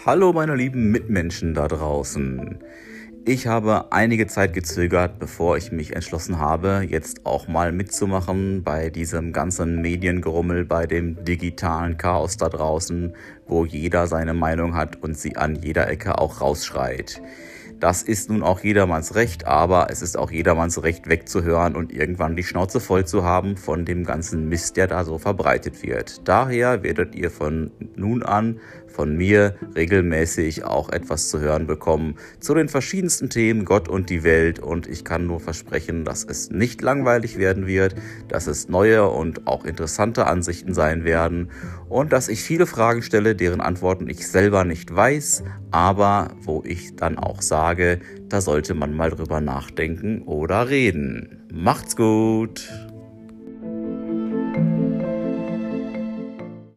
Hallo meine lieben Mitmenschen da draußen. Ich habe einige Zeit gezögert, bevor ich mich entschlossen habe, jetzt auch mal mitzumachen bei diesem ganzen Mediengerummel, bei dem digitalen Chaos da draußen, wo jeder seine Meinung hat und sie an jeder Ecke auch rausschreit. Das ist nun auch jedermanns Recht, aber es ist auch jedermanns Recht wegzuhören und irgendwann die Schnauze voll zu haben von dem ganzen Mist, der da so verbreitet wird. Daher werdet ihr von nun an von mir regelmäßig auch etwas zu hören bekommen zu den verschiedensten Themen Gott und die Welt, und ich kann nur versprechen, dass es nicht langweilig werden wird, dass es neue und auch interessante Ansichten sein werden und dass ich viele Fragen stelle, deren Antworten ich selber nicht weiß, aber wo ich dann auch sage, da sollte man mal drüber nachdenken oder reden. Macht's gut!